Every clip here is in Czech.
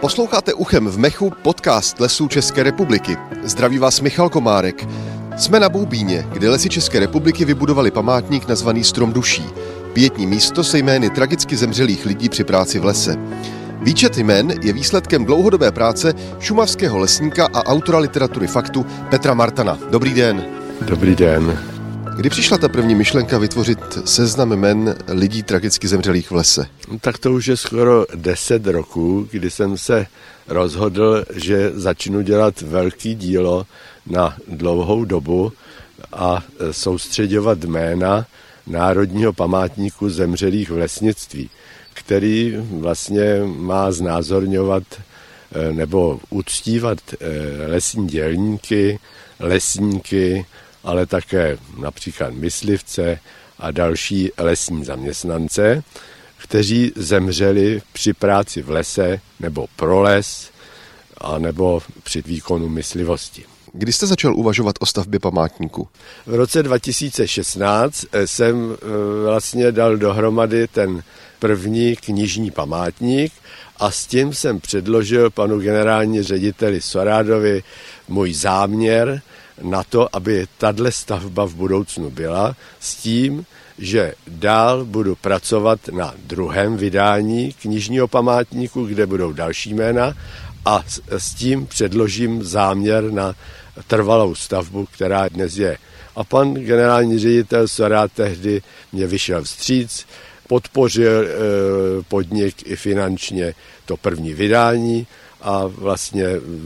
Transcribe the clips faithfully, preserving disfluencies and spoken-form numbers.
Posloucháte Uchem v mechu podcast Lesů České republiky. Zdraví vás Michal Komárek. Jsme na Boubíně, kde Lesy České republiky vybudovali památník nazvaný Strom duší. Pietní místo se jmény tragicky zemřelých lidí při práci v lese. Výčet jmen je výsledkem dlouhodobé práce šumavského lesníka a autora literatury faktu Petra Martana. Dobrý den. Dobrý den. Kdy přišla ta první myšlenka vytvořit seznam jmen lidí tragicky zemřelých v lese? Tak to už je skoro deset roků, kdy jsem se rozhodl, že začnu dělat velký dílo na dlouhou dobu a soustředovat jména Národního památníku zemřelých v lesnictví, který vlastně má znázorňovat nebo uctívat lesní dělníky, lesníky, ale také například myslivce a další lesní zaměstnance, kteří zemřeli při práci v lese nebo pro les a nebo při výkonu myslivosti. Kdy jste začal uvažovat o stavbě památníku? V roce dva tisíce šestnáct jsem vlastně dal dohromady ten první knižní památník a s tím jsem předložil panu generální řediteli Sorádovi můj záměr na to, aby tato stavba v budoucnu byla, s tím, že dál budu pracovat na druhém vydání knižního památníku, kde budou další jména, a s tím předložím záměr na trvalou stavbu, která dnes je. A pan generální ředitel Sorád tehdy mě vyšel vstříc, podpořil podnik i finančně to první vydání a vlastně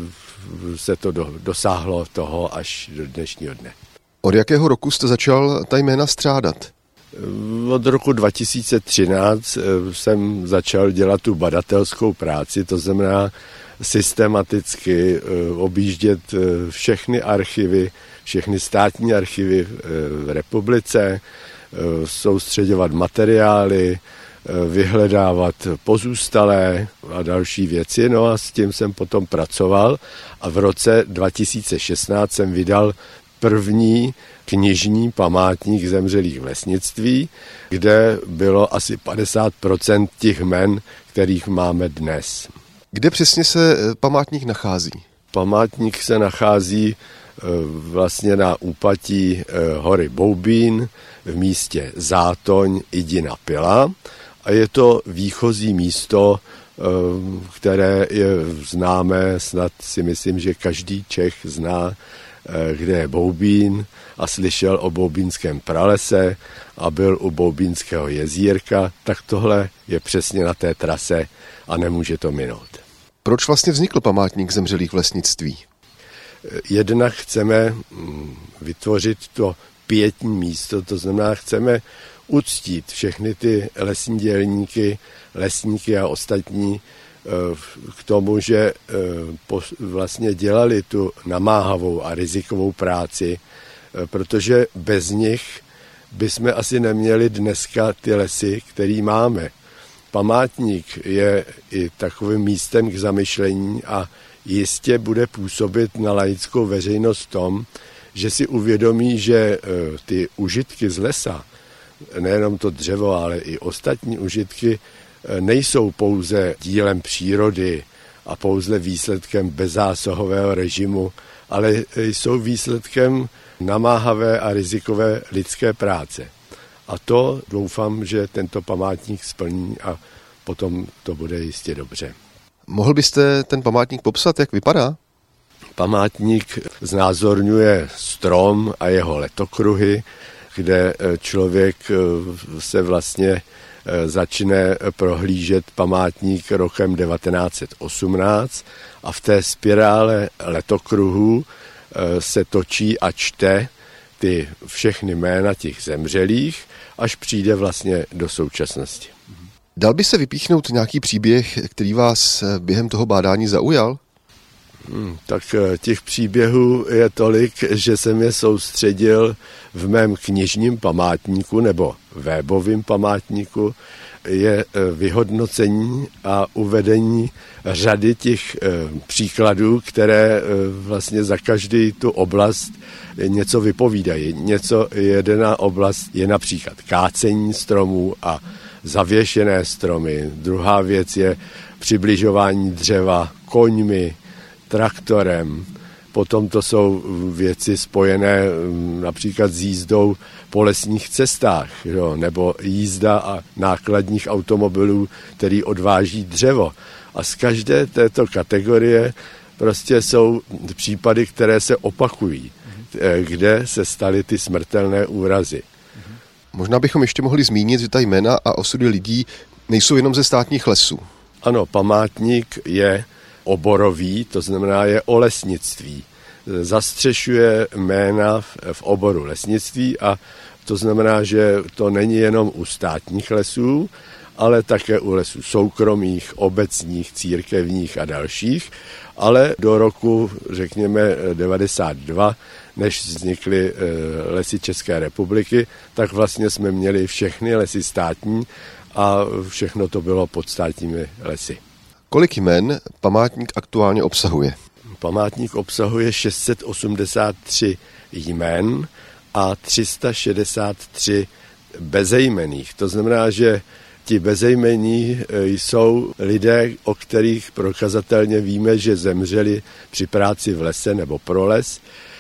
se to do, dosáhlo toho až do dnešního dne. Od jakého roku jste začal ta jména střádat? Od roku dva tisíce třináct jsem začal dělat tu badatelskou práci, to znamená systematicky objíždět všechny archivy, všechny státní archivy v republice, soustředěvat materiály, vyhledávat pozůstalé a další věci. No a s tím jsem potom pracoval a v roce dva tisíce šestnáct jsem vydal první knižní památník zemřelých v lesnictví, kde bylo asi padesát procent těch jmen, kterých máme dnes. Kde přesně se památník nachází? Památník se nachází vlastně na úpatí hory Boubín v místě Zátoň Idina Pila a je to výchozí místo, které je známé, snad si myslím, že každý Čech zná, kde je Boubín a slyšel o boubínském pralese a byl u Boubínského jezírka, tak tohle je přesně na té trase a nemůže to minout. Proč vlastně vznikl památník zemřelých v lesnictví? Jednak chceme vytvořit to pietní místo, to znamená, chceme uctít všechny ty lesní dělníky, lesníky a ostatní k tomu, že vlastně dělali tu namáhavou a rizikovou práci, protože bez nich bychom asi neměli dneska ty lesy, který máme. Památník je i takovým místem k zamyšlení a jistě bude působit na laickou veřejnost v tom, že si uvědomí, že ty užitky z lesa, nejenom to dřevo, ale i ostatní užitky, nejsou pouze dílem přírody a pouze výsledkem bezzásahového režimu, ale jsou výsledkem namáhavé a rizikové lidské práce. A to doufám, že tento památník splní a potom to bude jistě dobře. Mohl byste ten památník popsat, jak vypadá? Památník znázorňuje strom a jeho letokruhy, kde člověk se vlastně začne prohlížet památník rokem devatenáct set osmnáct a v té spirále letokruhů se točí a čte ty všechny jména těch zemřelých, až přijde vlastně do současnosti. Dal by se vypíchnout nějaký příběh, který vás během toho bádání zaujal? Hmm, tak těch příběhů je tolik, že jsem je soustředil v mém knižním památníku nebo webovém památníku. Je vyhodnocení a uvedení řady těch příkladů, které vlastně za každý tu oblast něco vypovídají. Něco, jedna oblast je například kácení stromů a zavěšené stromy. Druhá věc je přibližování dřeva koňmi, traktorem. Potom to jsou věci spojené například s jízdou po lesních cestách, jo, nebo jízda a nákladních automobilů, který odváží dřevo. A z každé této kategorie prostě jsou případy, které se opakují, kde se staly ty smrtelné úrazy. Možná bychom ještě mohli zmínit, že ta jména a osudy lidí nejsou jenom ze státních lesů. Ano, památník je oborový, to znamená je o lesnictví. Zastřešuje jména v oboru lesnictví a to znamená, že to není jenom u státních lesů, ale také u lesů soukromých, obecních, církevních a dalších. Ale do roku, řekněme, devadesát dva, než vznikly lesy České republiky, tak vlastně jsme měli všechny lesy státní a všechno to bylo pod státními lesy. Kolik jmen památník aktuálně obsahuje? Památník obsahuje šest set osmdesát tři jmen a tři sta šedesát tři bezejmenných. To znamená, že ti bezejmenní jsou lidé, o kterých prokazatelně víme, že zemřeli při práci v lese nebo pro les,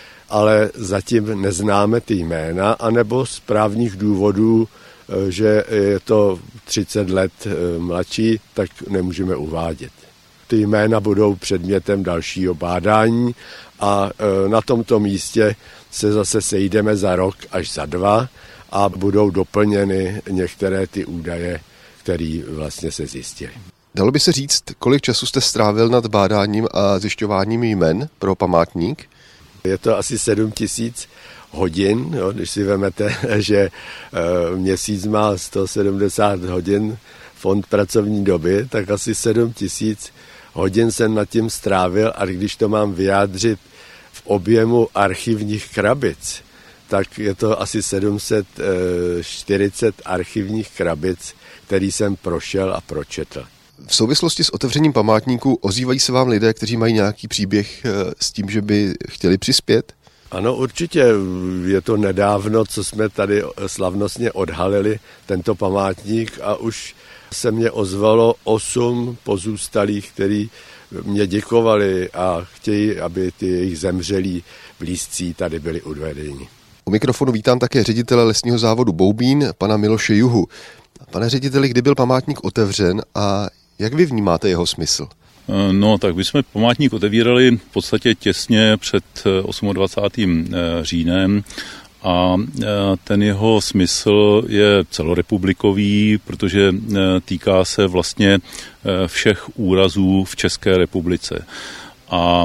ale zatím neznáme ty jména, anebo z právních důvodů, že je to třicet let mladší, tak nemůžeme uvádět. Ty jména budou předmětem dalšího bádání a na tomto místě se zase sejdeme za rok až za dva a budou doplněny některé ty údaje, které vlastně se zjistily. Dalo by se říct, kolik času jste strávil nad bádáním a zjišťováním jmen pro památník? Je to asi sedm tisíc hodin, jo, když si vezmete, že e, měsíc má sto sedmdesát hodin fond pracovní doby, tak asi sedm tisíc hodin jsem nad tím strávil a když to mám vyjádřit v objemu archivních krabic, tak je to asi sedm set čtyřicet archivních krabic, který jsem prošel a pročetl. V souvislosti s otevřením památníku ozývají se vám lidé, kteří mají nějaký příběh s tím, že by chtěli přispět? Ano, určitě. Je to nedávno, co jsme tady slavnostně odhalili tento památník a už se mě ozvalo osm pozůstalých, kteří mě děkovali a chtějí, aby ty jejich zemřelí blízcí tady byli odvedeni. U mikrofonu vítám také ředitele lesního závodu Boubín, pana Miloše Juhu. Pane řediteli, kdy byl památník otevřen a jak vy vnímáte jeho smysl? No, tak my jsme památník otevírali v podstatě těsně před dvacátým osmým říjnem a ten jeho smysl je celorepublikový, protože týká se vlastně všech úrazů v České republice. A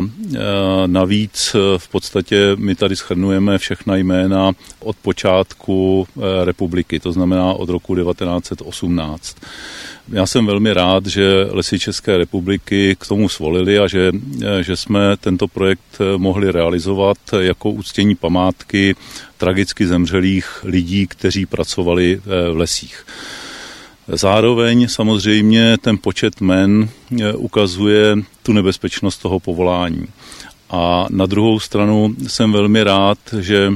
navíc v podstatě my tady shrnujeme všechna jména od počátku republiky, to znamená od roku devatenáct set osmnáct. Já jsem velmi rád, že Lesy České republiky k tomu svolili a že, že jsme tento projekt mohli realizovat jako uctění památky tragicky zemřelých lidí, kteří pracovali v lesích. Zároveň samozřejmě ten počet jmen ukazuje tu nebezpečnost toho povolání. A na druhou stranu jsem velmi rád, že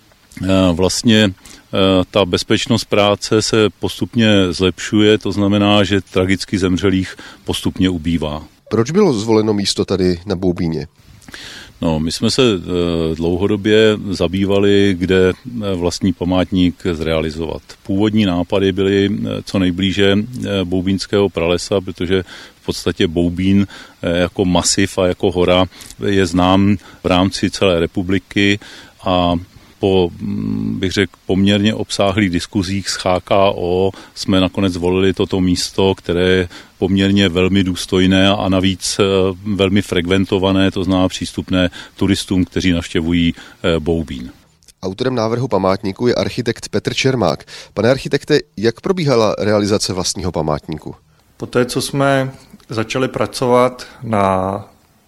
vlastně ta bezpečnost práce se postupně zlepšuje, to znamená, že tragicky zemřelých postupně ubývá. Proč bylo zvoleno místo tady na Boubíně? No, my jsme se dlouhodobě zabývali, kde vlastní památník zrealizovat. Původní nápady byly co nejblíže Boubínského pralesa, protože v podstatě Boubín jako masiv a jako hora je znám v rámci celé republiky a po, bych řekl, poměrně obsáhlých diskuzích s H K O jsme nakonec zvolili toto místo, které je poměrně velmi důstojné a navíc velmi frekventované, to znamená přístupné turistům, kteří navštěvují Boubín. Autorem návrhu památníku je architekt Petr Čermák. Pane architekte, jak probíhala realizace vlastního památníku? Poté, co jsme začali pracovat na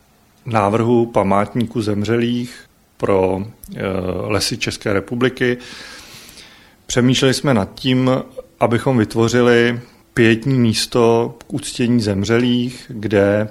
návrhu památníku zemřelých pro Lesy České republiky, přemýšleli jsme nad tím, abychom vytvořili pietní místo k uctění zemřelých, kde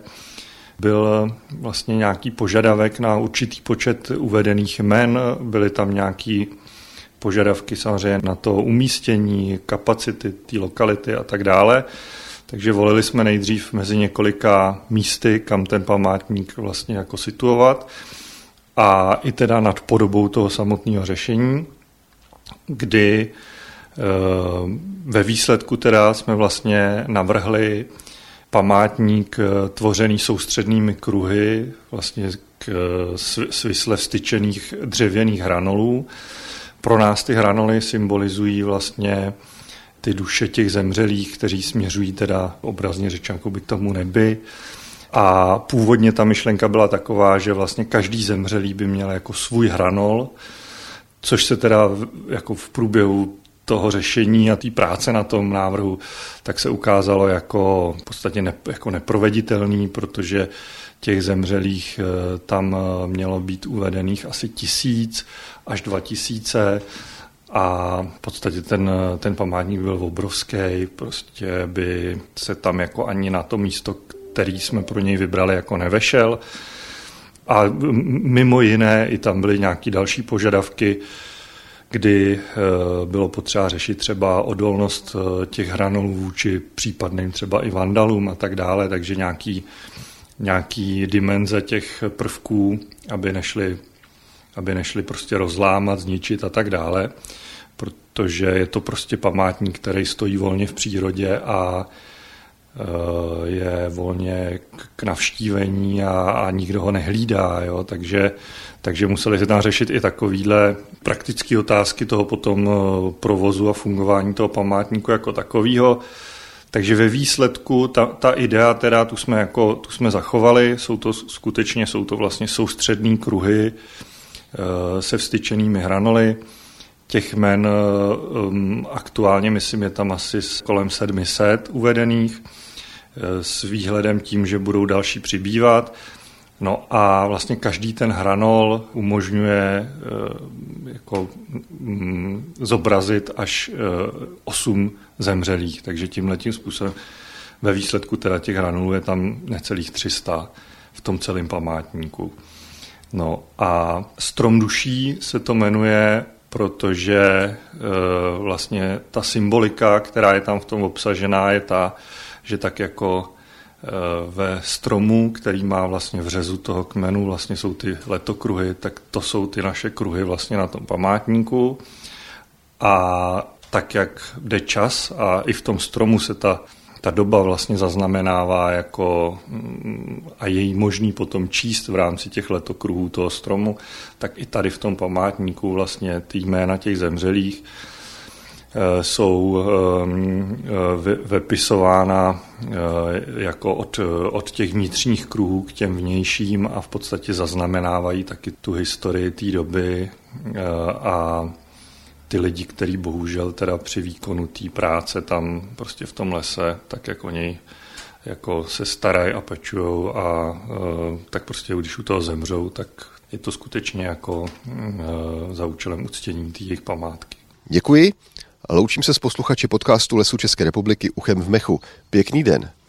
byl vlastně nějaký požadavek na určitý počet uvedených jmen, byly tam nějaký požadavky samozřejmě na to umístění, kapacity té lokality a tak dále. Takže volili jsme nejdřív mezi několika místy, kam ten památník vlastně jako situovat a i teda nad podobou toho samotného řešení, kdy ve výsledku teda jsme vlastně navrhli památník tvořený soustřednými kruhy, vlastně k svisle vstyčených dřevěných hranolů. Pro nás ty hranoly symbolizují vlastně ty duše těch zemřelých, kteří směřují teda obrazně řečeno k tomu nebi. A původně ta myšlenka byla taková, že vlastně každý zemřelý by měl jako svůj hranol, což se teda jako v průběhu toho řešení a té práce na tom návrhu, tak se ukázalo jako v podstatě ne, jako neproveditelný, protože těch zemřelých tam mělo být uvedených asi tisíc až dva tisíce a v podstatě ten, ten památník byl obrovský, prostě by se tam jako ani na to místo, který jsme pro něj vybrali, jako nevešel. A mimo jiné i tam byly nějaké další požadavky, kdy bylo potřeba řešit třeba odolnost těch hranolů vůči případným třeba i vandalům a tak dále, takže nějaký, nějaký dimenze těch prvků, aby nešli, aby nešli prostě rozlámat, zničit a tak dále, protože je to prostě památník, který stojí volně v přírodě a je volně k navštívení a, a nikdo ho nehlídá, jo? Takže, takže museli se tam řešit i takovýhle praktické otázky toho potom provozu a fungování toho památníku jako takového. Takže ve výsledku ta, ta idea, teda tu jsme, jako, tu jsme zachovali, jsou to skutečně jsou to vlastně soustřední kruhy e, se vstyčenými hranoly. Těch jmen um, aktuálně, myslím, je tam asi kolem sedm set uvedených s výhledem tím, že budou další přibývat. No a vlastně každý ten hranol umožňuje uh, jako um, zobrazit až uh, osm zemřelých, takže tímhletím způsobem ve výsledku teda těch hranolů je tam necelých tři sta v tom celém památníku. No a Strom duší se to jmenuje, protože e, vlastně ta symbolika, která je tam v tom obsažená, je ta, že tak jako e, ve stromu, který má vlastně v řezu toho kmenu, vlastně jsou ty letokruhy, tak to jsou ty naše kruhy vlastně na tom památníku. A tak, jak jde čas a i v tom stromu se ta, ta doba vlastně zaznamenává jako a je jí možný potom číst v rámci těch letokruhů toho stromu, tak i tady v tom památníku vlastně ty jména těch zemřelých jsou vypisována jako od, od těch vnitřních kruhů k těm vnějším a v podstatě zaznamenávají taky tu historii té doby a ty lidi, kteří bohužel teda při výkonu té práce tam prostě v tom lese, tak jak oni jako se starají a pečujou a tak prostě když u toho zemřou, tak je to skutečně jako za účelem uctění té jejich památky. Děkuji. Loučím se s posluchači podcastu Lesů České republiky Uchem v mechu. Pěkný den.